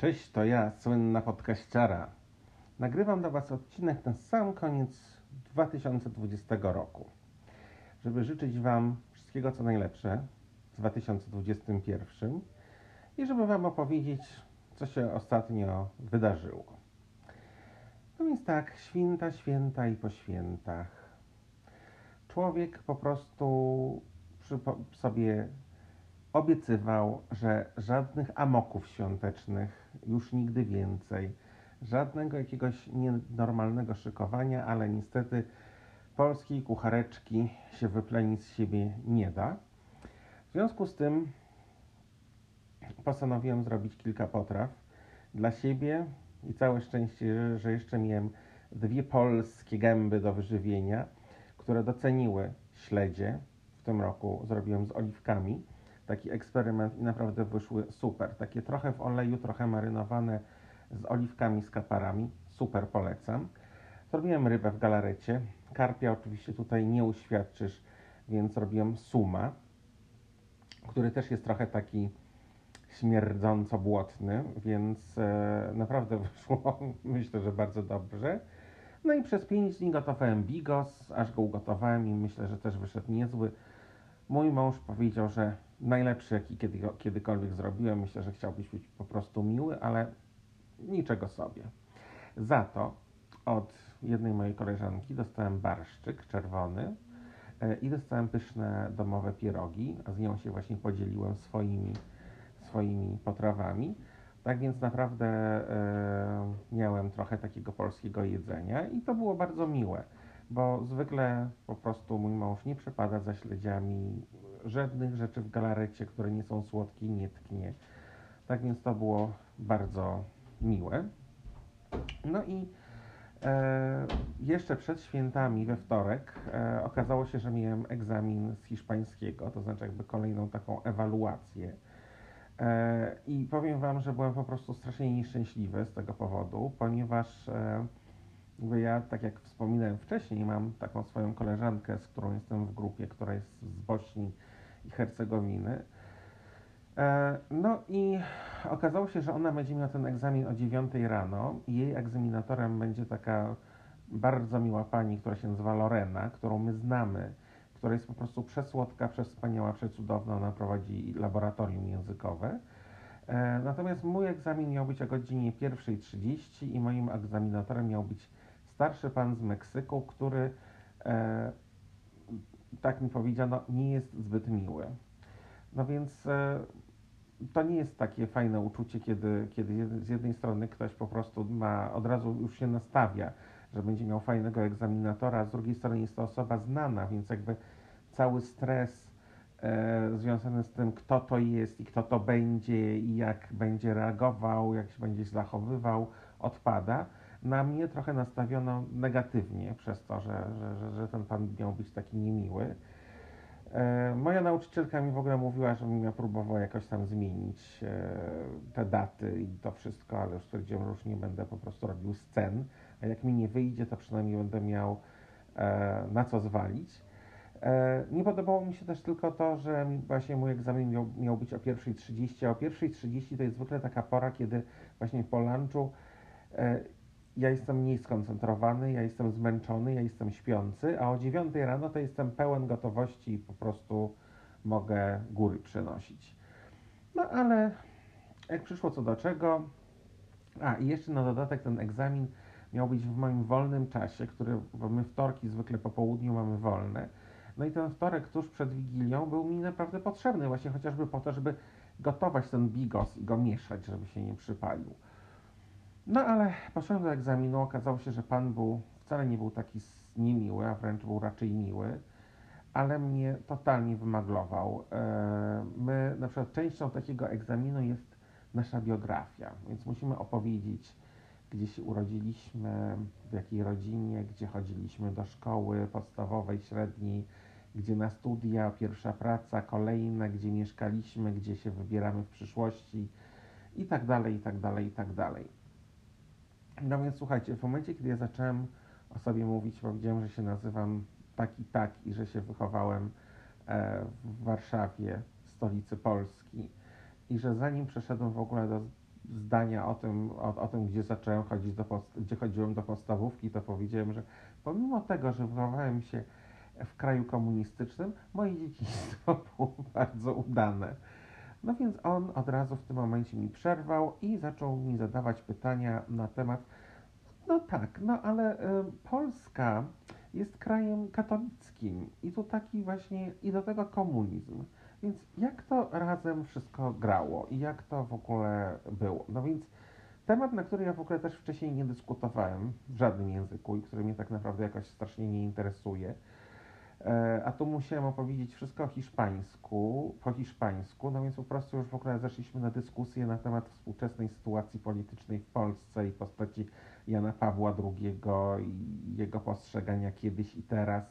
Cześć, to ja, słynna podcaściara. Nagrywam dla Was odcinek na sam koniec 2020 roku, żeby życzyć Wam wszystkiego co najlepsze w 2021 i żeby Wam opowiedzieć, co się ostatnio wydarzyło. No więc tak, święta i po świętach. Człowiek po prostu sobie obiecywał, że żadnych amoków świątecznych już nigdy więcej, żadnego jakiegoś nienormalnego szykowania, ale niestety polskiej kuchareczki się wyplenić z siebie nie da. W związku z tym postanowiłem zrobić kilka potraw dla siebie i całe szczęście, że jeszcze miałem 2 polskie gęby do wyżywienia, które doceniły śledzie. W tym roku zrobiłem z oliwkami taki eksperyment i naprawdę wyszły super. Takie trochę w oleju, trochę marynowane z oliwkami, z kaparami. Super polecam. Zrobiłem rybę w galarecie. Karpia oczywiście tutaj nie uświadczysz, więc robiłem suma, który też jest trochę taki śmierdząco błotny, więc naprawdę wyszło, myślę, że bardzo dobrze. No i przez 5 dni gotowałem bigos, aż go ugotowałem i myślę, że też wyszedł niezły. Mój mąż powiedział, że najlepszy, jaki kiedykolwiek zrobiłem. Myślę, że chciałbyś być po prostu miły, ale niczego sobie. Za to od jednej mojej koleżanki dostałem barszczyk czerwony i dostałem pyszne domowe pierogi, a z nią się właśnie podzieliłem swoimi potrawami. Tak więc naprawdę miałem trochę takiego polskiego jedzenia i to było bardzo miłe, bo zwykle po prostu mój mąż nie przepada za śledziami, żadnych rzeczy w galarecie, które nie są słodkie, nie tknie. Tak więc to było bardzo miłe. No i jeszcze przed świętami we wtorek okazało się, że miałem egzamin z hiszpańskiego, to znaczy jakby kolejną taką ewaluację. I powiem Wam, że byłem po prostu strasznie nieszczęśliwy z tego powodu, ponieważ ja, tak jak wspominałem wcześniej, mam taką swoją koleżankę, z którą jestem w grupie, która jest z Bośni i Hercegowiny. No i okazało się, że ona będzie miała ten egzamin o 9 rano i jej egzaminatorem będzie taka bardzo miła pani, która się nazywa Lorena, którą my znamy, która jest po prostu przesłodka, przewspaniała, przecudowna. Ona prowadzi laboratorium językowe. Natomiast mój egzamin miał być o godzinie 1:30 i moim egzaminatorem miał być starszy pan z Meksyku, który, tak mi powiedziano, nie jest zbyt miły. No więc to nie jest takie fajne uczucie, kiedy z jednej strony ktoś po prostu od razu już się nastawia, że będzie miał fajnego egzaminatora, a z drugiej strony jest to osoba znana, więc jakby cały stres związany z tym, kto to jest i kto to będzie i jak będzie reagował, jak się będzie zachowywał, odpada. Na mnie trochę nastawiono negatywnie przez to, że ten pan miał być taki niemiły. Moja nauczycielka mi w ogóle mówiła, żebym ja próbował jakoś tam zmienić te daty i to wszystko, ale już stwierdziłem, że już nie będę po prostu robił scen, a jak mi nie wyjdzie, to przynajmniej będę miał na co zwalić. Nie podobało mi się też tylko to, że właśnie mój egzamin miał być o 1:30, a o 1:30 to jest zwykle taka pora, kiedy właśnie po lunchu ja jestem mniej skoncentrowany, ja jestem zmęczony, ja jestem śpiący, a o 9 rano to jestem pełen gotowości i po prostu mogę góry przynosić. No ale jak przyszło co do czego, i jeszcze na dodatek ten egzamin miał być w moim wolnym czasie, bo my wtorki zwykle po południu mamy wolne. No i ten wtorek tuż przed Wigilią był mi naprawdę potrzebny, właśnie chociażby po to, żeby gotować ten bigos i go mieszać, żeby się nie przypalił. No ale poszedłem do egzaminu, okazało się, że pan wcale nie był taki niemiły, a wręcz był raczej miły, ale mnie totalnie wymaglował. My, na przykład częścią takiego egzaminu jest nasza biografia, więc musimy opowiedzieć, gdzie się urodziliśmy, w jakiej rodzinie, gdzie chodziliśmy do szkoły podstawowej, średniej, gdzie na studia, pierwsza praca, kolejne, gdzie mieszkaliśmy, gdzie się wybieramy w przyszłości i tak dalej, i tak dalej, i tak dalej. No więc słuchajcie, w momencie, kiedy ja zacząłem o sobie mówić, powiedziałem, że się nazywam tak i że się wychowałem w Warszawie, stolicy Polski i że zanim przeszedłem w ogóle do zdania o tym, gdzie zacząłem chodzić gdzie chodziłem do podstawówki, to powiedziałem, że pomimo tego, że wychowałem się w kraju komunistycznym, moje dzieciństwo było bardzo udane. No więc on od razu w tym momencie mi przerwał i zaczął mi zadawać pytania na temat, no tak, no ale Polska jest krajem katolickim i tu taki właśnie, i do tego komunizm. Więc jak to razem wszystko grało i jak to w ogóle było? No więc temat, na który ja w ogóle też wcześniej nie dyskutowałem w żadnym języku i który mnie tak naprawdę jakoś strasznie nie interesuje. A tu musiałem opowiedzieć wszystko po hiszpańsku, no więc po prostu już w ogóle zeszliśmy na dyskusję na temat współczesnej sytuacji politycznej w Polsce i postaci Jana Pawła II i jego postrzegania kiedyś i teraz.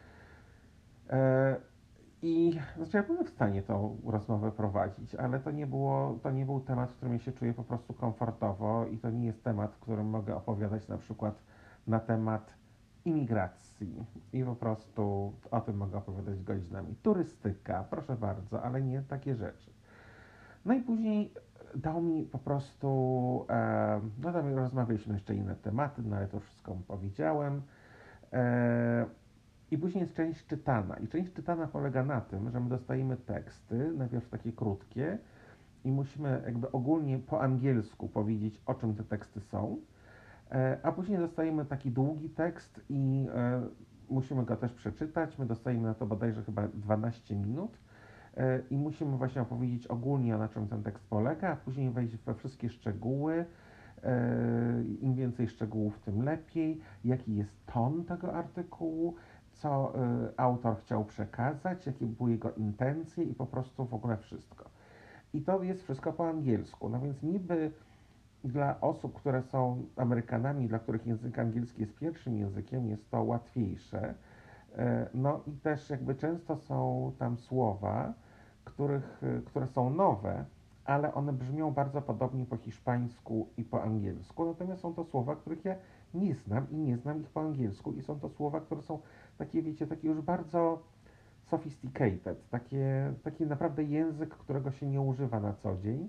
E, I znaczy ja byłem w stanie tą rozmowę prowadzić, ale to nie był temat, w którym ja się czuję po prostu komfortowo i to nie jest temat, w którym mogę opowiadać na przykład na temat imigracji i po prostu o tym mogę opowiadać godzinami. Turystyka, proszę bardzo, ale nie takie rzeczy. No i później dał mi po prostu, no tam rozmawialiśmy jeszcze inne tematy, no ale to wszystko mu powiedziałem. E, I później jest część czytana. I część czytana polega na tym, że my dostajemy teksty, najpierw takie krótkie, i musimy jakby ogólnie po angielsku powiedzieć, o czym te teksty są, a później dostajemy taki długi tekst i musimy go też przeczytać. My dostajemy na to bodajże chyba 12 minut i musimy właśnie opowiedzieć ogólnie, na czym ten tekst polega, a później wejść we wszystkie szczegóły. Im więcej szczegółów, tym lepiej. Jaki jest ton tego artykułu, co autor chciał przekazać, jakie były jego intencje i po prostu w ogóle wszystko. I to jest wszystko po angielsku. No więc niby dla osób, które są Amerykanami, dla których język angielski jest pierwszym językiem, jest to łatwiejsze. No i też jakby często są tam słowa, które są nowe, ale one brzmią bardzo podobnie po hiszpańsku i po angielsku. Natomiast są to słowa, których ja nie znam i nie znam ich po angielsku i są to słowa, które są takie, wiecie, takie już bardzo sophisticated, taki naprawdę język, którego się nie używa na co dzień.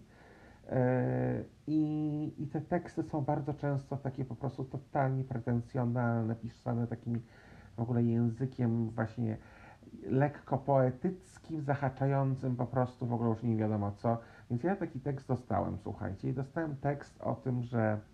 I te teksty są bardzo często takie po prostu totalnie pretensjonalne, pisane takimi w ogóle językiem właśnie lekko poetyckim, zahaczającym po prostu w ogóle już nie wiadomo co. Więc ja taki tekst dostałem, słuchajcie, i dostałem tekst o tym,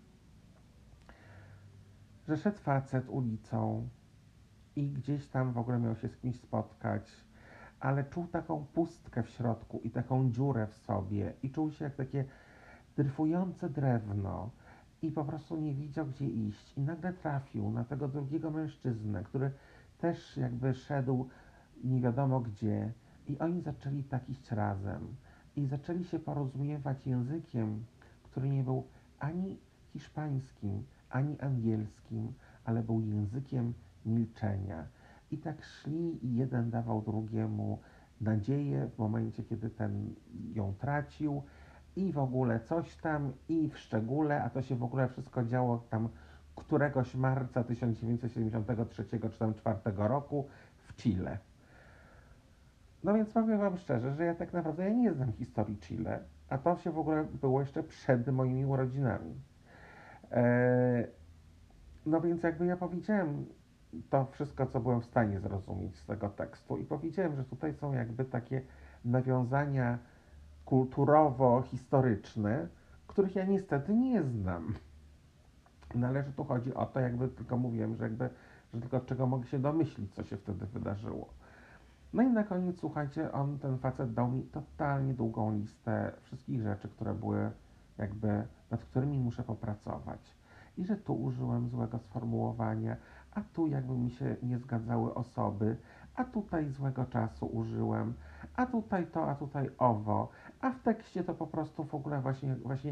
że szedł facet ulicą i gdzieś tam w ogóle miał się z kimś spotkać, ale czuł taką pustkę w środku i taką dziurę w sobie i czuł się jak takie dryfujące drewno i po prostu nie wiedział, gdzie iść. I nagle trafił na tego drugiego mężczyznę, który też jakby szedł nie wiadomo gdzie. I oni zaczęli tak iść razem. I zaczęli się porozumiewać językiem, który nie był ani hiszpańskim, ani angielskim, ale był językiem milczenia. I tak szli i jeden dawał drugiemu nadzieję w momencie, kiedy ten ją tracił, i w ogóle coś tam, i w szczególe, a to się w ogóle wszystko działo tam któregoś marca 1973 czy tam 4 roku w Chile. No więc powiem Wam szczerze, że ja tak naprawdę ja nie znam historii Chile, a to się w ogóle było jeszcze przed moimi urodzinami. Eee, no więc jakby ja powiedziałem to wszystko, co byłem w stanie zrozumieć z tego tekstu i powiedziałem, że tutaj są jakby takie nawiązania kulturowo-historyczne, których ja niestety nie znam. No ale że tu chodzi o to, jakby tylko mówiłem, że tylko od czego mogę się domyślić, co się wtedy wydarzyło. No i na koniec, słuchajcie, ten facet dał mi totalnie długą listę wszystkich rzeczy, które były jakby, nad którymi muszę popracować. I że tu użyłem złego sformułowania, a tu jakby mi się nie zgadzały osoby, a tutaj złego czasu użyłem, a tutaj to, a tutaj owo, a w tekście to po prostu w ogóle właśnie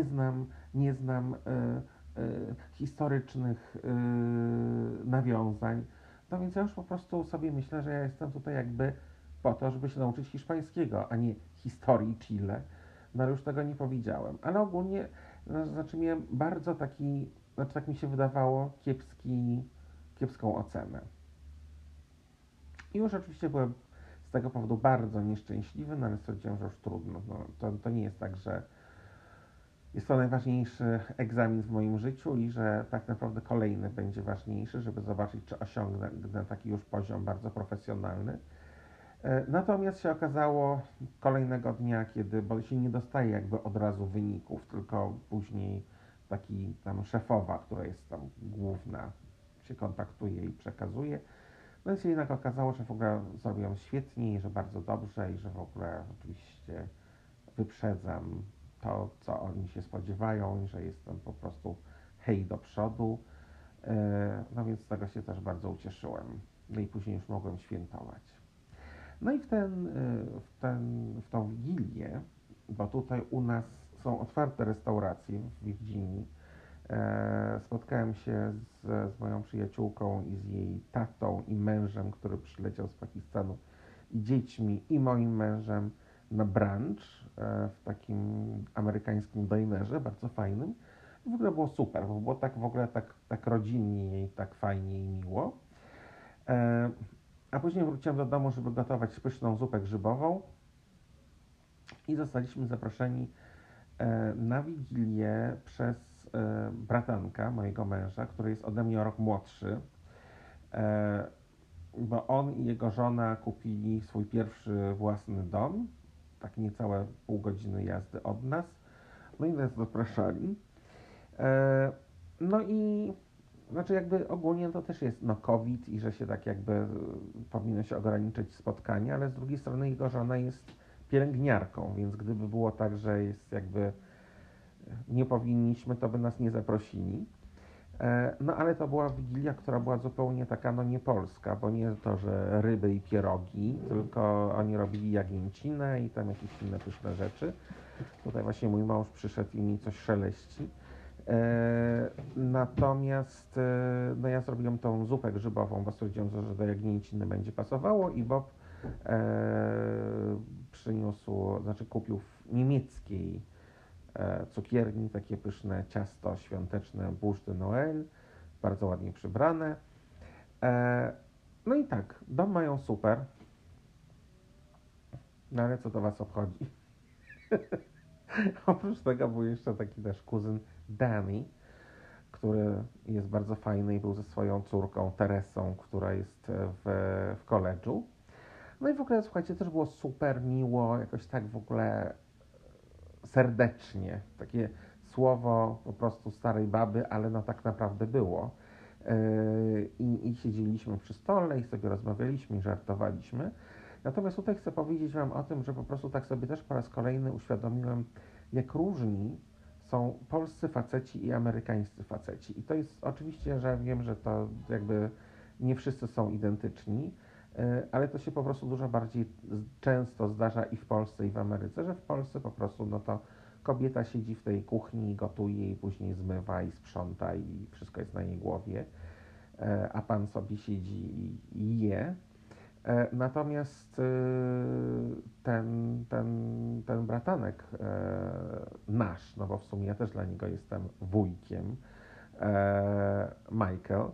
nie znam historycznych nawiązań. No więc ja już po prostu sobie myślę, że ja jestem tutaj jakby po to, żeby się nauczyć hiszpańskiego, a nie historii Chile. No ale już tego nie powiedziałem. Ale ogólnie, znaczy miałem bardzo taki, znaczy tak mi się wydawało, kiepską ocenę. I już oczywiście byłem z tego powodu bardzo nieszczęśliwy, no ale stwierdziłem, że już trudno. No, to nie jest tak, że jest to najważniejszy egzamin w moim życiu i że tak naprawdę kolejny będzie ważniejszy, żeby zobaczyć, czy osiągnę taki już poziom bardzo profesjonalny. Natomiast się okazało kolejnego dnia, bo się nie dostaje jakby od razu wyników, tylko później taki tam szefowa, która jest tam główna, się kontaktuje i przekazuje. No i się jednak okazało, że w ogóle zrobią świetnie i że bardzo dobrze i że w ogóle oczywiście wyprzedzam to, co oni się spodziewają i że jestem po prostu hej do przodu. No więc z tego się też bardzo ucieszyłem. No i później już mogłem świętować. No i w tą Wigilię, bo tutaj u nas są otwarte restauracje w Virginii, spotkałem się z moją przyjaciółką i z jej tatą i mężem, który przyleciał z Pakistanu, i dziećmi, i moim mężem na brunch w takim amerykańskim dinerze, bardzo fajnym. I w ogóle było super, bo było tak w ogóle tak rodzinnie i tak fajnie i miło. E, a później wróciłem do domu, żeby gotować pyszną zupę grzybową i zostaliśmy zaproszeni na Wigilię przez bratanka mojego męża, który jest ode mnie o rok młodszy, e, bo on i jego żona kupili swój pierwszy własny dom, tak niecałe pół godziny jazdy od nas, no i nas zapraszali. E, no i znaczy jakby ogólnie to też jest COVID i że się tak jakby powinno się ograniczyć spotkania, ale z drugiej strony jego żona jest pielęgniarką, więc gdyby było tak, że jest jakby nie powinniśmy, to by nas nie zaprosili. No ale to była Wigilia, która była zupełnie taka no niepolska, bo nie to, że ryby i pierogi, tylko oni robili jagnięcinę i tam jakieś inne pyszne rzeczy. Tutaj właśnie mój mąż przyszedł i mi coś szeleści. Natomiast no ja zrobiłem tą zupę grzybową, bo stwierdziłem, że do jagnięciny będzie pasowało i Bob przyniósł, znaczy kupił w niemieckiej cukierni takie pyszne ciasto świąteczne Bûche de Noël, bardzo ładnie przybrane. No i tak, dom mają super, no ale co to was obchodzi? Oprócz tego był jeszcze taki nasz kuzyn Danny, który jest bardzo fajny i był ze swoją córką Teresą, która jest w koledżu. No i w ogóle, słuchajcie, też było super miło, jakoś tak w ogóle serdecznie. Takie słowo po prostu starej baby, ale no tak naprawdę było. I siedzieliśmy przy stole i sobie rozmawialiśmy i żartowaliśmy. Natomiast tutaj chcę powiedzieć Wam o tym, że po prostu tak sobie też po raz kolejny uświadomiłem, jak różni są polscy faceci i amerykańscy faceci. I to jest oczywiście, że wiem, że to jakby nie wszyscy są identyczni, ale to się po prostu dużo bardziej często zdarza i w Polsce, i w Ameryce, że w Polsce po prostu no to kobieta siedzi w tej kuchni, gotuje i później zmywa i sprząta i wszystko jest na jej głowie, a pan sobie siedzi i je. Natomiast ten bratanek nasz, no bo w sumie ja też dla niego jestem wujkiem, Michael,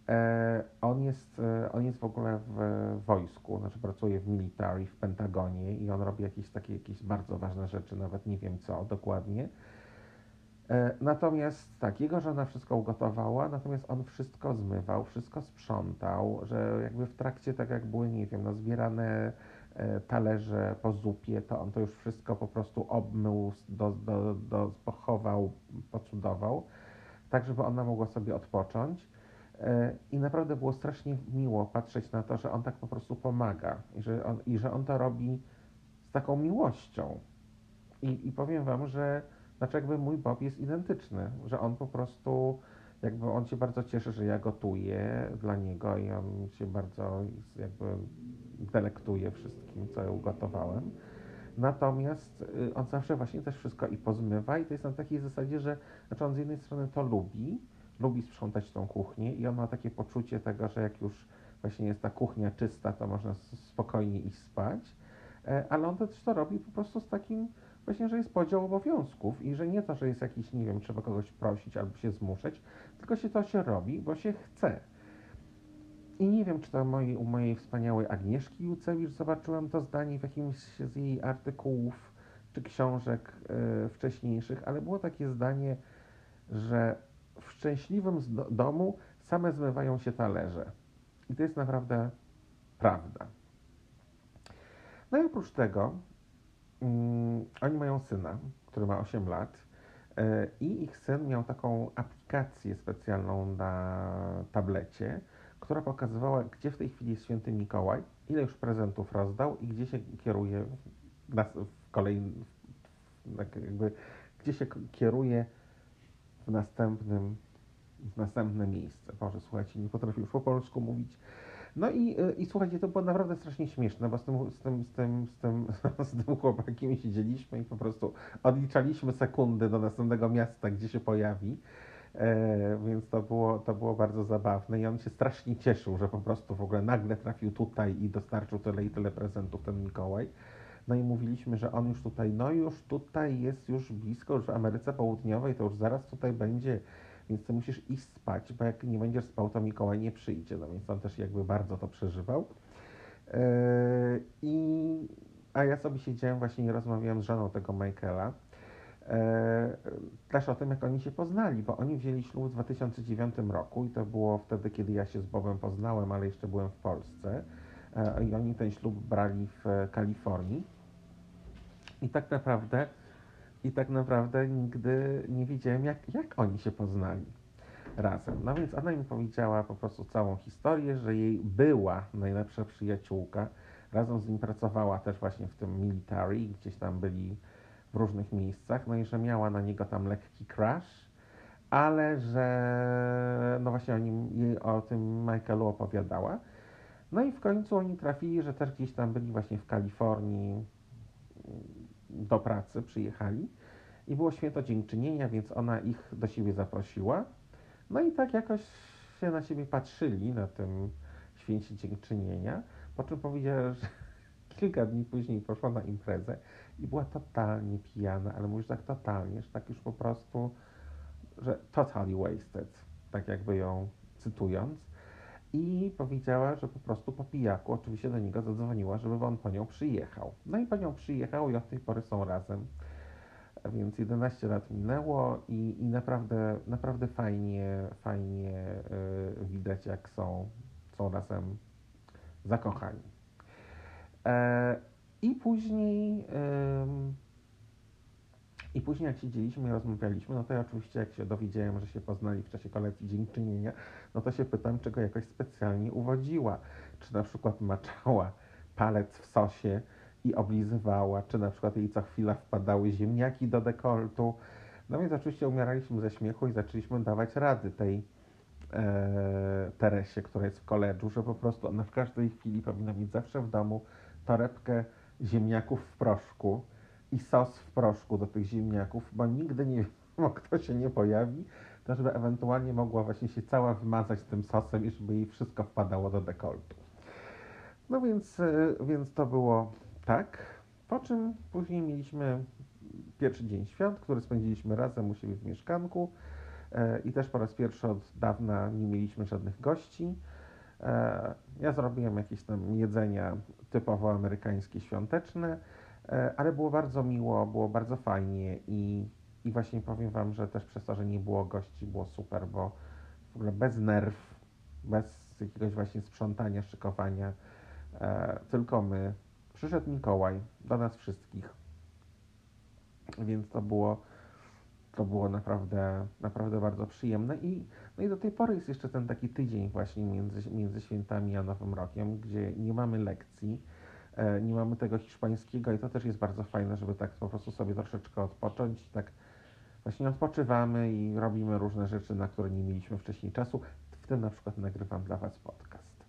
on jest w ogóle w wojsku, znaczy pracuje w military, w Pentagonie i on robi jakieś bardzo ważne rzeczy, nawet nie wiem co dokładnie. Natomiast tak, jego żona wszystko ugotowała, natomiast on wszystko zmywał, wszystko sprzątał, że jakby w trakcie, tak jak były, nie wiem, no zbierane talerze po zupie, to on to już wszystko po prostu obmył, pochował, pocudował, tak żeby ona mogła sobie odpocząć. I naprawdę było strasznie miło patrzeć na to, że on tak po prostu pomaga i że on to robi z taką miłością. I powiem Wam, że znaczy jakby mój Bob jest identyczny, że on po prostu jakby on się bardzo cieszy, że ja gotuję dla niego i on się bardzo jakby delektuje wszystkim, co ja ugotowałem. Natomiast on zawsze właśnie też wszystko i pozmywa i to jest na takiej zasadzie, że znaczy on z jednej strony to lubi sprzątać tą kuchnię i on ma takie poczucie tego, że jak już właśnie jest ta kuchnia czysta, to można spokojnie iść spać, ale on też to robi po prostu z takim właśnie, że jest podział obowiązków i że nie to, że jest jakiś, nie wiem, trzeba kogoś prosić albo się zmuszać, tylko się robi, bo się chce. I nie wiem, czy to u mojej wspaniałej Agnieszki Jucewicz zobaczyłem to zdanie w jakimś z jej artykułów, czy książek wcześniejszych, ale było takie zdanie, że w szczęśliwym domu same zmywają się talerze. I to jest naprawdę prawda. No i oprócz tego oni mają syna, który ma 8 lat i ich syn miał taką aplikację specjalną na tablecie, która pokazywała, gdzie w tej chwili jest święty Mikołaj, ile już prezentów rozdał i gdzie się kieruje w kolejnym, tak jakby, gdzie się kieruje w w następne miejsce. Boże, słuchajcie, nie potrafię już po polsku mówić. No i słuchajcie, to było naprawdę strasznie śmieszne, bo z tym chłopakiem siedzieliśmy i po prostu odliczaliśmy sekundy do następnego miasta, gdzie się pojawi. Więc to było bardzo zabawne i on się strasznie cieszył, że po prostu w ogóle nagle trafił tutaj i dostarczył tyle i tyle prezentów ten Mikołaj. No i mówiliśmy, że on już tutaj, no już tutaj jest już blisko, już w Ameryce Południowej, to już zaraz tutaj będzie, więc ty musisz iść spać, bo jak nie będziesz spał, to Mikołaj nie przyjdzie. No więc on też jakby bardzo to przeżywał. Yy, I, a ja sobie siedziałem właśnie i rozmawiałem z żoną tego Michaela, też o tym, jak oni się poznali, bo oni wzięli ślub w 2009 roku i to było wtedy, kiedy ja się z Bobem poznałem, ale jeszcze byłem w Polsce. I oni ten ślub brali w Kalifornii. I tak naprawdę, i tak naprawdę nigdy nie wiedziałem, jak oni się poznali razem. No więc ona mi powiedziała po prostu całą historię, że jej była najlepsza przyjaciółka, razem z nim pracowała też właśnie w tym military, gdzieś tam byli w różnych miejscach, no i że miała na niego tam lekki crush, ale że no właśnie jej o tym Michaelu opowiadała. No i w końcu oni trafili, że też gdzieś tam byli właśnie w Kalifornii do pracy, przyjechali i było święto dziękczynienia, więc ona ich do siebie zaprosiła. No i tak jakoś się na siebie patrzyli na tym święcie dziękczynienia, po czym powiedziała, że kilka dni później poszła na imprezę i była totalnie pijana, ale mówisz tak totalnie, że tak już po prostu, że totally wasted, tak jakby ją cytując. I powiedziała, że po prostu po pijaku oczywiście do niego zadzwoniła, żeby on po nią przyjechał. No i po nią przyjechał i od tej pory są razem. A więc 11 lat minęło i naprawdę fajnie widać, jak są razem zakochani. E, i, później, I później jak siedzieliśmy i rozmawialiśmy, no to ja oczywiście jak się dowiedziałem, że się poznali w czasie kolacji dziękczynienia, no to się pytam, czy go jakoś specjalnie uwodziła. Czy na przykład maczała palec w sosie i oblizywała, czy na przykład jej co chwila wpadały ziemniaki do dekoltu. No więc oczywiście umieraliśmy ze śmiechu i zaczęliśmy dawać rady tej Teresie, która jest w koledżu, że po prostu ona w każdej chwili powinna mieć zawsze w domu torebkę ziemniaków w proszku i sos w proszku do tych ziemniaków, bo nigdy nie wiadomo, kto się nie pojawi, to żeby ewentualnie mogła właśnie się cała wymazać tym sosem i żeby jej wszystko wpadało do dekoltu. No więc to było tak. Po czym później mieliśmy pierwszy dzień świąt, który spędziliśmy razem u siebie w mieszkanku i też po raz pierwszy od dawna nie mieliśmy żadnych gości. Ja zrobiłem jakieś tam jedzenia typowo amerykańskie, świąteczne, ale było bardzo miło, było bardzo fajnie i właśnie powiem Wam, że też przez to, że nie było gości, było super, bo w ogóle bez nerw, bez jakiegoś właśnie sprzątania, szykowania, tylko my. Przyszedł Mikołaj do nas wszystkich, więc to było naprawdę bardzo przyjemne no i do tej pory jest jeszcze ten taki tydzień właśnie między świętami a Nowym Rokiem, gdzie nie mamy lekcji, nie mamy tego hiszpańskiego i to też jest bardzo fajne, żeby tak po prostu sobie troszeczkę odpocząć i tak właśnie odpoczywamy i robimy różne rzeczy, na które nie mieliśmy wcześniej czasu, w tym na przykład nagrywam dla Was podcast.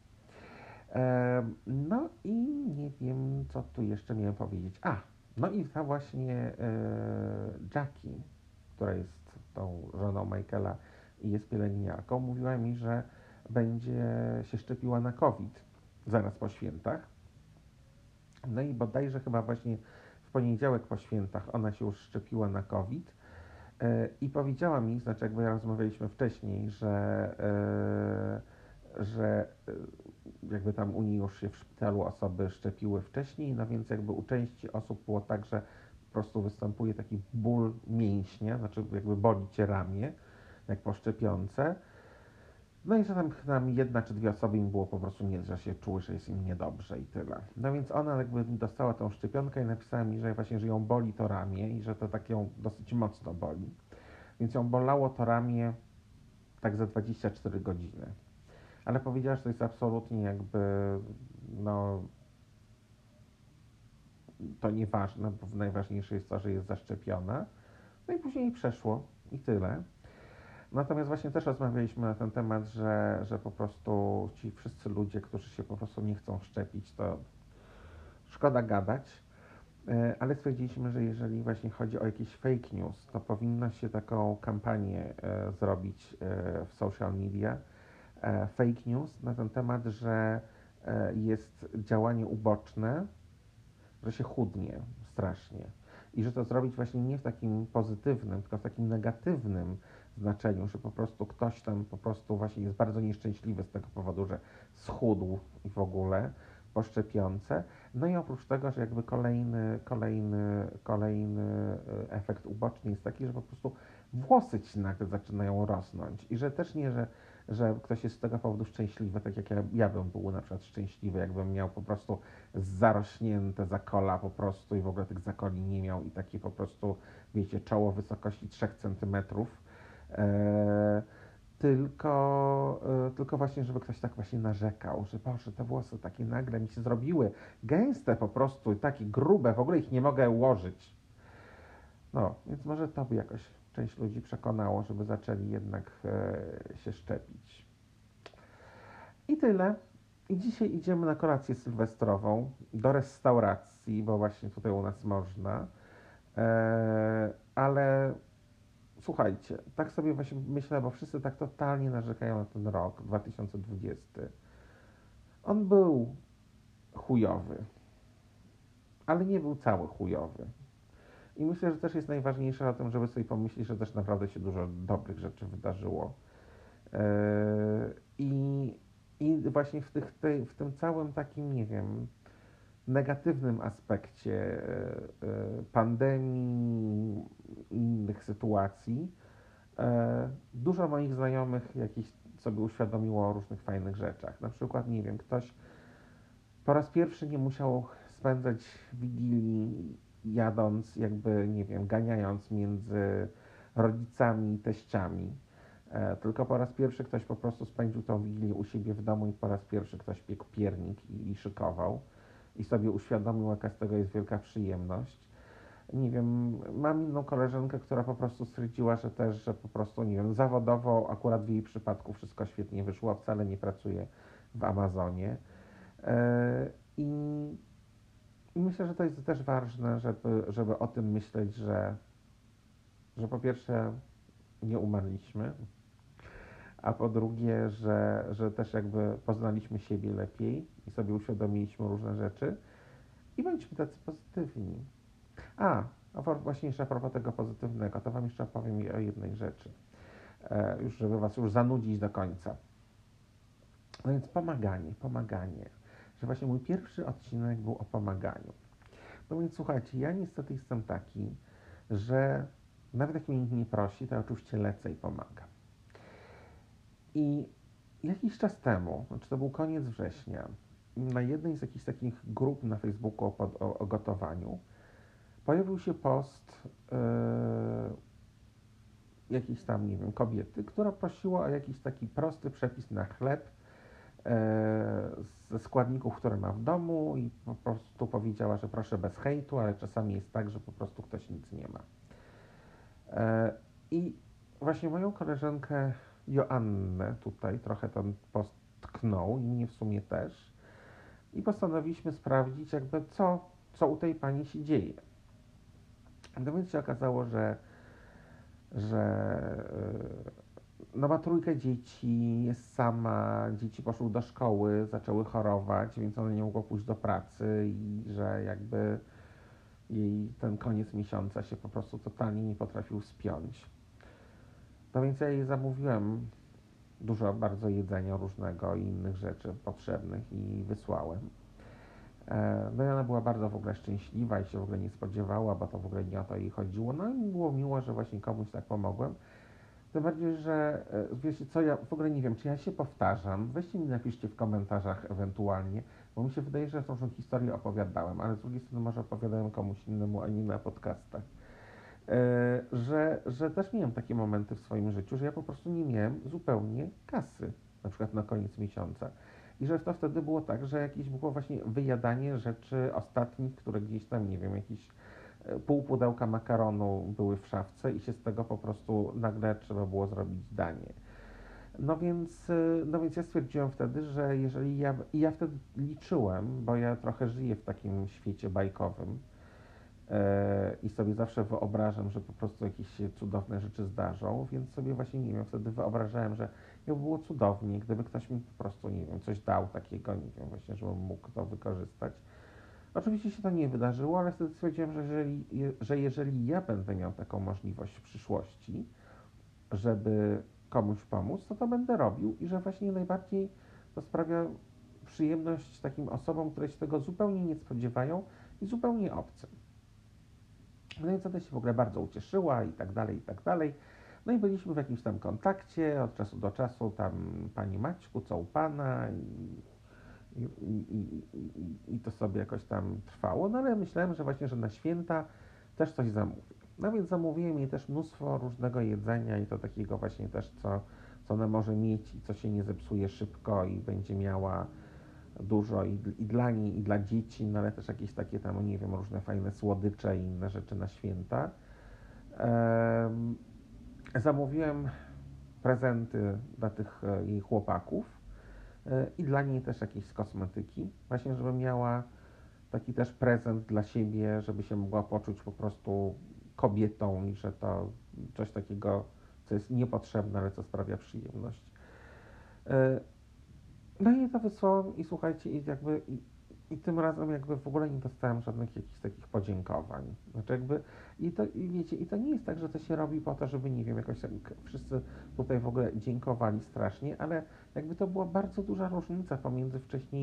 No i nie wiem, co tu jeszcze miałem powiedzieć. No i ta właśnie Jackie, która jest tą żoną Michaela i jest pielęgniarką, mówiła mi, że będzie się szczepiła na COVID zaraz po świętach. No i bodajże chyba właśnie w poniedziałek po świętach ona się już szczepiła na COVID i powiedziała mi, znaczy jakby rozmawialiśmy wcześniej, że jakby tam u niej już się w szpitalu osoby szczepiły wcześniej, no więc jakby u części osób było tak, że po prostu występuje taki ból mięśnia, znaczy jakby boli cię ramię, jak po szczepionce. No i że tam jedna czy dwie osoby im było po prostu nie, że się czuły, że jest im niedobrze i tyle. No więc ona jakby dostała tą szczepionkę i napisała mi, że właśnie, że ją boli to ramię i że to tak ją dosyć mocno boli. Więc ją bolało to ramię tak za 24 godziny. Ale powiedziała, że to jest absolutnie jakby, no, to nieważne, bo najważniejsze jest to, że jest zaszczepiona. No i później jej przeszło i tyle. Natomiast właśnie też rozmawialiśmy na ten temat, że po prostu ci wszyscy ludzie, którzy się po prostu nie chcą szczepić, to szkoda gadać, ale stwierdziliśmy, że jeżeli właśnie chodzi o jakieś fake news, to powinno się taką kampanię zrobić w social media, fake news na ten temat, że jest działanie uboczne, że się chudnie strasznie. I że to zrobić właśnie nie w takim pozytywnym, tylko w takim negatywnym znaczeniu, że po prostu ktoś tam po prostu właśnie jest bardzo nieszczęśliwy z tego powodu, że schudł i w ogóle po szczepionce. No i oprócz tego, że jakby kolejny efekt uboczny jest taki, że po prostu włosy ci nagle zaczynają rosnąć. I że też nie, że ktoś jest z tego powodu szczęśliwy, tak jak ja bym był na przykład szczęśliwy, jakbym miał po prostu zarośnięte zakola po prostu i w ogóle tych zakoli nie miał i takie po prostu, wiecie, czoło wysokości 3 centymetrów. E, tylko właśnie, żeby ktoś tak właśnie narzekał, że Boże, te włosy takie nagle mi się zrobiły gęste po prostu i takie grube, w ogóle ich nie mogę ułożyć. No, więc może to by jakoś część ludzi przekonało, żeby zaczęli jednak się szczepić. I tyle. I dzisiaj idziemy na kolację sylwestrową do restauracji, bo właśnie tutaj u nas można. Ale słuchajcie, tak sobie właśnie myślę, bo wszyscy tak totalnie narzekają na ten rok 2020. On był chujowy, ale nie był cały chujowy. I myślę, że też jest najważniejsze o tym, żeby sobie pomyśleć, że też naprawdę się dużo dobrych rzeczy wydarzyło. Eee, I, i właśnie w tym całym takim, nie wiem, negatywnym aspekcie pandemii i innych sytuacji, dużo moich znajomych jakiś sobie uświadomiło o różnych fajnych rzeczach. Na przykład, nie wiem, ktoś po raz pierwszy nie musiał spędzać Wigilii jadąc, jakby, nie wiem, ganiając między rodzicami i teściami. Tylko po raz pierwszy ktoś po prostu spędził tą Wigilię u siebie w domu i po raz pierwszy ktoś piekł piernik i szykował i sobie uświadomił, jaka z tego jest wielka przyjemność. Nie wiem, mam inną koleżankę, która po prostu stwierdziła, że też, że po prostu, nie wiem, zawodowo akurat w jej przypadku wszystko świetnie wyszło, wcale nie pracuje w Amazonie. I, I myślę, że to jest też ważne, żeby o tym myśleć, że po pierwsze nie umarliśmy, a po drugie, że też jakby poznaliśmy siebie lepiej i sobie uświadomiliśmy różne rzeczy i bądźmy tacy pozytywni. Właśnie jeszcze a propos tego pozytywnego, to Wam jeszcze opowiem o jednej rzeczy, już żeby Was już zanudzić do końca. No więc pomaganie, że właśnie mój pierwszy odcinek był o pomaganiu. No więc słuchajcie, ja niestety jestem taki, że nawet jak mnie nikt nie prosi, to ja oczywiście lecę i pomagam. I jakiś czas temu, znaczy to był koniec września, na jednej z jakichś takich grup na Facebooku o gotowaniu pojawił się post jakiejś tam, nie wiem, kobiety, która prosiła o jakiś taki prosty przepis na chleb ze składników, które ma w domu i po prostu powiedziała, że proszę bez hejtu, ale czasami jest tak, że po prostu ktoś nic nie ma. I właśnie moją koleżankę Joannę tutaj trochę ten post tknął i mnie w sumie też. I postanowiliśmy sprawdzić jakby co u tej pani się dzieje. No więc się okazało, że no ma trójkę dzieci, jest sama, dzieci poszły do szkoły, zaczęły chorować, więc ona nie mogła pójść do pracy i że jakby jej ten koniec miesiąca się po prostu totalnie nie potrafił spiąć. No więc ja jej zamówiłem dużo bardzo jedzenia różnego i innych rzeczy potrzebnych i wysłałem. No i ona była bardzo w ogóle szczęśliwa i się w ogóle nie spodziewała, bo to w ogóle nie o to jej chodziło. No i mi było miło, że właśnie komuś tak pomogłem. Tym bardziej, że wiecie co, ja w ogóle nie wiem, czy ja się powtarzam. Weźcie mi napiszcie w komentarzach ewentualnie, bo mi się wydaje, że tą historię opowiadałem, ale z drugiej strony może opowiadałem komuś innemu, a nie na podcastach. Że też miałem takie momenty w swoim życiu, że ja po prostu nie miałem zupełnie kasy, na przykład na koniec miesiąca. I że to wtedy było tak, że jakieś było właśnie wyjadanie rzeczy ostatnich, które gdzieś tam, nie wiem, jakieś pół pudełka makaronu były w szafce i się z tego po prostu nagle trzeba było zrobić danie. No więc ja stwierdziłem wtedy, że jeżeli ja wtedy liczyłem, bo ja trochę żyję w takim świecie bajkowym, i sobie zawsze wyobrażam, że po prostu jakieś się cudowne rzeczy zdarzą, więc sobie właśnie, nie wiem, wtedy wyobrażałem, że jakby było cudownie, gdyby ktoś mi po prostu, nie wiem, coś dał takiego, nie wiem, właśnie, żebym mógł to wykorzystać. Oczywiście się to nie wydarzyło, ale wtedy stwierdziłem, że jeżeli ja będę miał taką możliwość w przyszłości, żeby komuś pomóc, to będę robił i że właśnie najbardziej to sprawia przyjemność takim osobom, które się tego zupełnie nie spodziewają i zupełnie obcym. No więc ona się w ogóle bardzo ucieszyła i tak dalej, i tak dalej. No i byliśmy w jakimś tam kontakcie od czasu do czasu, tam pani Maćku, co u pana i to sobie jakoś tam trwało. No ale myślałem, że właśnie, że na święta też coś zamówię. No więc zamówiłem jej też mnóstwo różnego jedzenia i to takiego właśnie też, co ona może mieć i co się nie zepsuje szybko i będzie miała dużo i dla niej, i dla dzieci, no ale też jakieś takie tam, nie wiem, różne fajne słodycze i inne rzeczy na święta. Em, Zamówiłem prezenty dla tych jej chłopaków i dla niej też jakieś kosmetyki, właśnie żeby miała taki też prezent dla siebie, żeby się mogła poczuć po prostu kobietą i że to coś takiego, co jest niepotrzebne, ale co sprawia przyjemność. E, No i to wysłałem i słuchajcie, i tym razem jakby w ogóle nie dostałem żadnych jakichś takich podziękowań. Znaczy jakby, i wiecie, i to nie jest tak, że to się robi po to, żeby, nie wiem, jakoś tak wszyscy tutaj w ogóle dziękowali strasznie, ale jakby to była bardzo duża różnica pomiędzy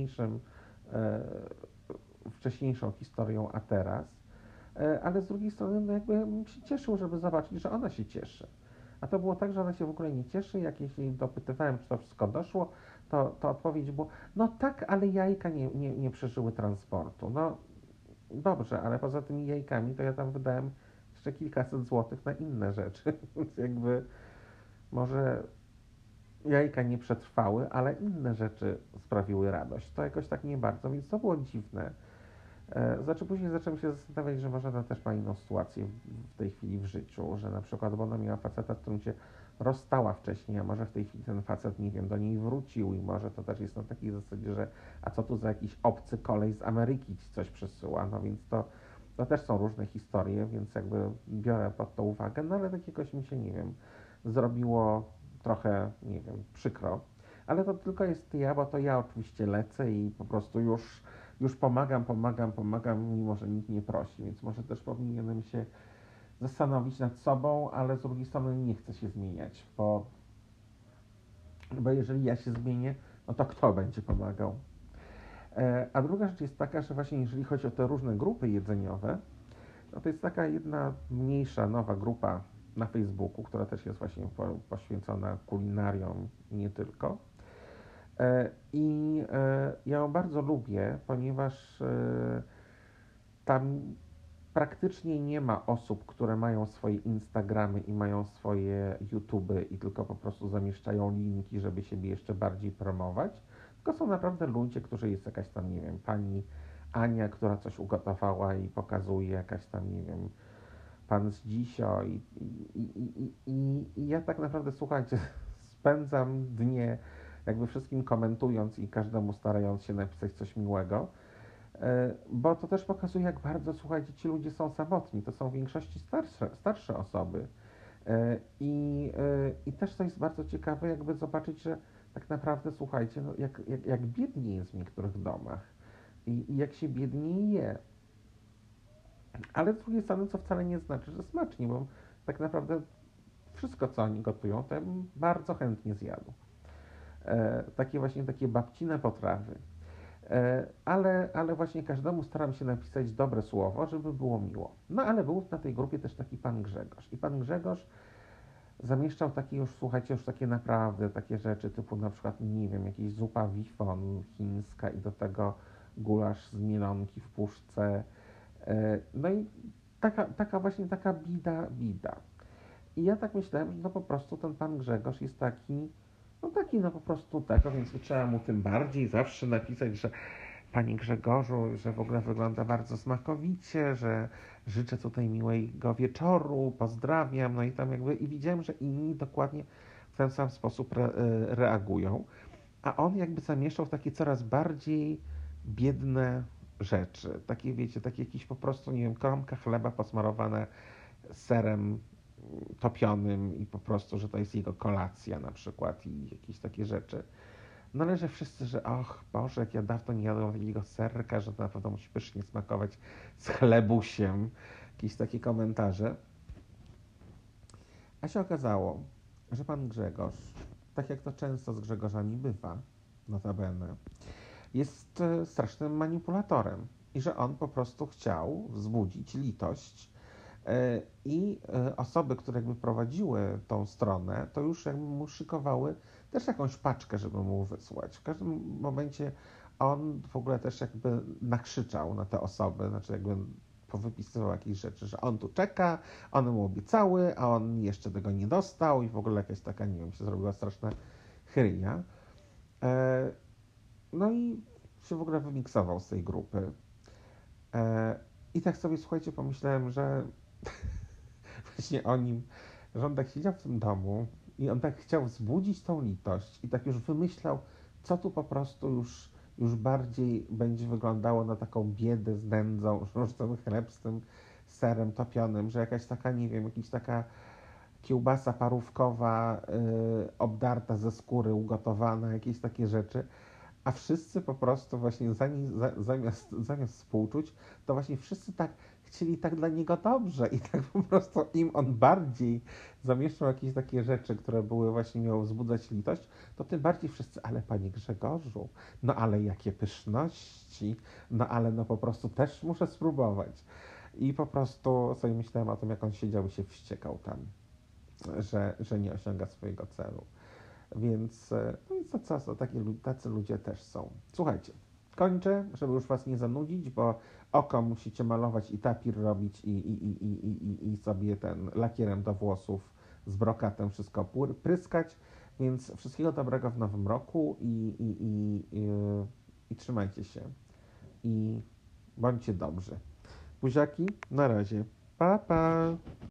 e, wcześniejszą historią a teraz. Ale z drugiej strony, no jakby bym się cieszył, żeby zobaczyć, że ona się cieszy. A to było tak, że ona się w ogóle nie cieszy. Jak jeśli dopytywałem, czy to wszystko doszło, to odpowiedź była, no tak, ale jajka nie przeżyły transportu. No dobrze, ale poza tymi jajkami to ja tam wydałem jeszcze kilkaset złotych na inne rzeczy. Więc jakby może jajka nie przetrwały, ale inne rzeczy sprawiły radość. To jakoś tak nie bardzo, więc to było dziwne. Znaczy później zacząłem się zastanawiać, że może ona też ma inną sytuację w tej chwili w życiu, że na przykład, bo ona miała faceta, z którym się rozstała wcześniej, a może w tej chwili ten facet, nie wiem, do niej wrócił i może to też jest na takiej zasadzie, że a co tu za jakiś obcy kolej z Ameryki ci coś przesyła, no więc to też są różne historie, więc jakby biorę pod to uwagę, no ale tak jakoś mi się, nie wiem, zrobiło trochę, nie wiem, przykro. Ale to tylko jest ja, bo to ja oczywiście lecę i po prostu już pomagam, mimo że nikt nie prosi, więc może też powinienem się zastanowić nad sobą, ale z drugiej strony nie chcę się zmieniać, bo jeżeli ja się zmienię, no to kto będzie pomagał? A druga rzecz jest taka, że właśnie jeżeli chodzi o te różne grupy jedzeniowe, no to jest taka jedna mniejsza, nowa grupa na Facebooku, która też jest właśnie poświęcona kulinariom i nie tylko. Ja ją bardzo lubię, ponieważ tam praktycznie nie ma osób, które mają swoje Instagramy i mają swoje YouTuby i tylko po prostu zamieszczają linki, żeby siebie jeszcze bardziej promować. Tylko są naprawdę ludzie, którzy jest jakaś tam, nie wiem, pani Ania, która coś ugotowała i pokazuje, jakaś tam, nie wiem, pan z Dzisio i ja tak naprawdę, słuchajcie, spędzam dnie jakby wszystkim komentując i każdemu starając się napisać coś miłego, bo to też pokazuje, jak bardzo, słuchajcie, ci ludzie są samotni. To są w większości starsze osoby. I też to jest bardzo ciekawe, jakby zobaczyć, że tak naprawdę, słuchajcie, no jak biednie jest w niektórych domach i jak się biedniej je. Ale z drugiej strony, co wcale nie znaczy, że smacznie, bo tak naprawdę wszystko, co oni gotują, to ja bym bardzo chętnie zjadł. Takie właśnie takie babcine potrawy. Ale właśnie każdemu staram się napisać dobre słowo, żeby było miło. No ale był na tej grupie też taki pan Grzegorz. I pan Grzegorz zamieszczał takie już, słuchajcie, już takie naprawdę takie rzeczy typu na przykład, nie wiem, jakieś zupa wifon chińska i do tego gulasz z mielonki w puszce. No i taka właśnie taka bida. I ja tak myślałem, że no po prostu ten pan Grzegorz jest taki no po prostu tego, więc trzeba mu tym bardziej zawsze napisać, że panie Grzegorzu, że w ogóle wygląda bardzo smakowicie, że życzę tutaj miłego wieczoru, pozdrawiam, no i tam jakby i widziałem, że inni dokładnie w ten sam sposób reagują, a on jakby zamieszał w takie coraz bardziej biedne rzeczy, takie wiecie, takie jakieś po prostu, nie wiem, kromka chleba posmarowane serem topionym i po prostu, że to jest jego kolacja na przykład i jakieś takie rzeczy. No ale że wszyscy, że och Boże, jak ja dawno nie jadłem takiego serka, że to na pewno musi pysznie smakować z chlebusiem. Jakieś takie komentarze. A się okazało, że pan Grzegorz, tak jak to często z Grzegorzami bywa, notabene, jest strasznym manipulatorem i że on po prostu chciał wzbudzić litość i osoby, które jakby prowadziły tą stronę, to już jakby mu szykowały też jakąś paczkę, żeby mu wysłać. W każdym momencie on w ogóle też jakby nakrzyczał na te osoby, znaczy jakby powypisywał jakieś rzeczy, że on tu czeka, one mu obiecały, a on jeszcze tego nie dostał i w ogóle jakaś taka, nie wiem, się zrobiła straszna chryja. E, no i się w ogóle wymiksował z tej grupy. I tak sobie, słuchajcie, pomyślałem, że właśnie o nim, że on tak siedział w tym domu i on tak chciał wzbudzić tą litość i tak już wymyślał, co tu po prostu już bardziej będzie wyglądało na taką biedę z nędzą, że już ten chleb z tym serem topionym, że jakaś taka, nie wiem, jakaś taka kiełbasa parówkowa obdarta ze skóry, ugotowana, jakieś takie rzeczy, a wszyscy po prostu właśnie zamiast współczuć, to właśnie wszyscy tak chcieli tak dla niego dobrze i tak po prostu im on bardziej zamieszczał jakieś takie rzeczy, które były właśnie miały wzbudzać litość, to tym bardziej wszyscy, ale panie Grzegorzu, no ale jakie pyszności, no ale no po prostu też muszę spróbować. I po prostu sobie myślałem o tym, jak on siedział i się wściekał tam, że nie osiąga swojego celu. Więc, no i co, tacy ludzie też są. Słuchajcie, kończę, żeby już was nie zanudzić, bo oko musicie malować i tapir robić i sobie ten lakierem do włosów z brokatem wszystko pryskać. Więc wszystkiego dobrego w nowym roku i trzymajcie się. I bądźcie dobrzy. Buziaki, na razie. Pa, pa.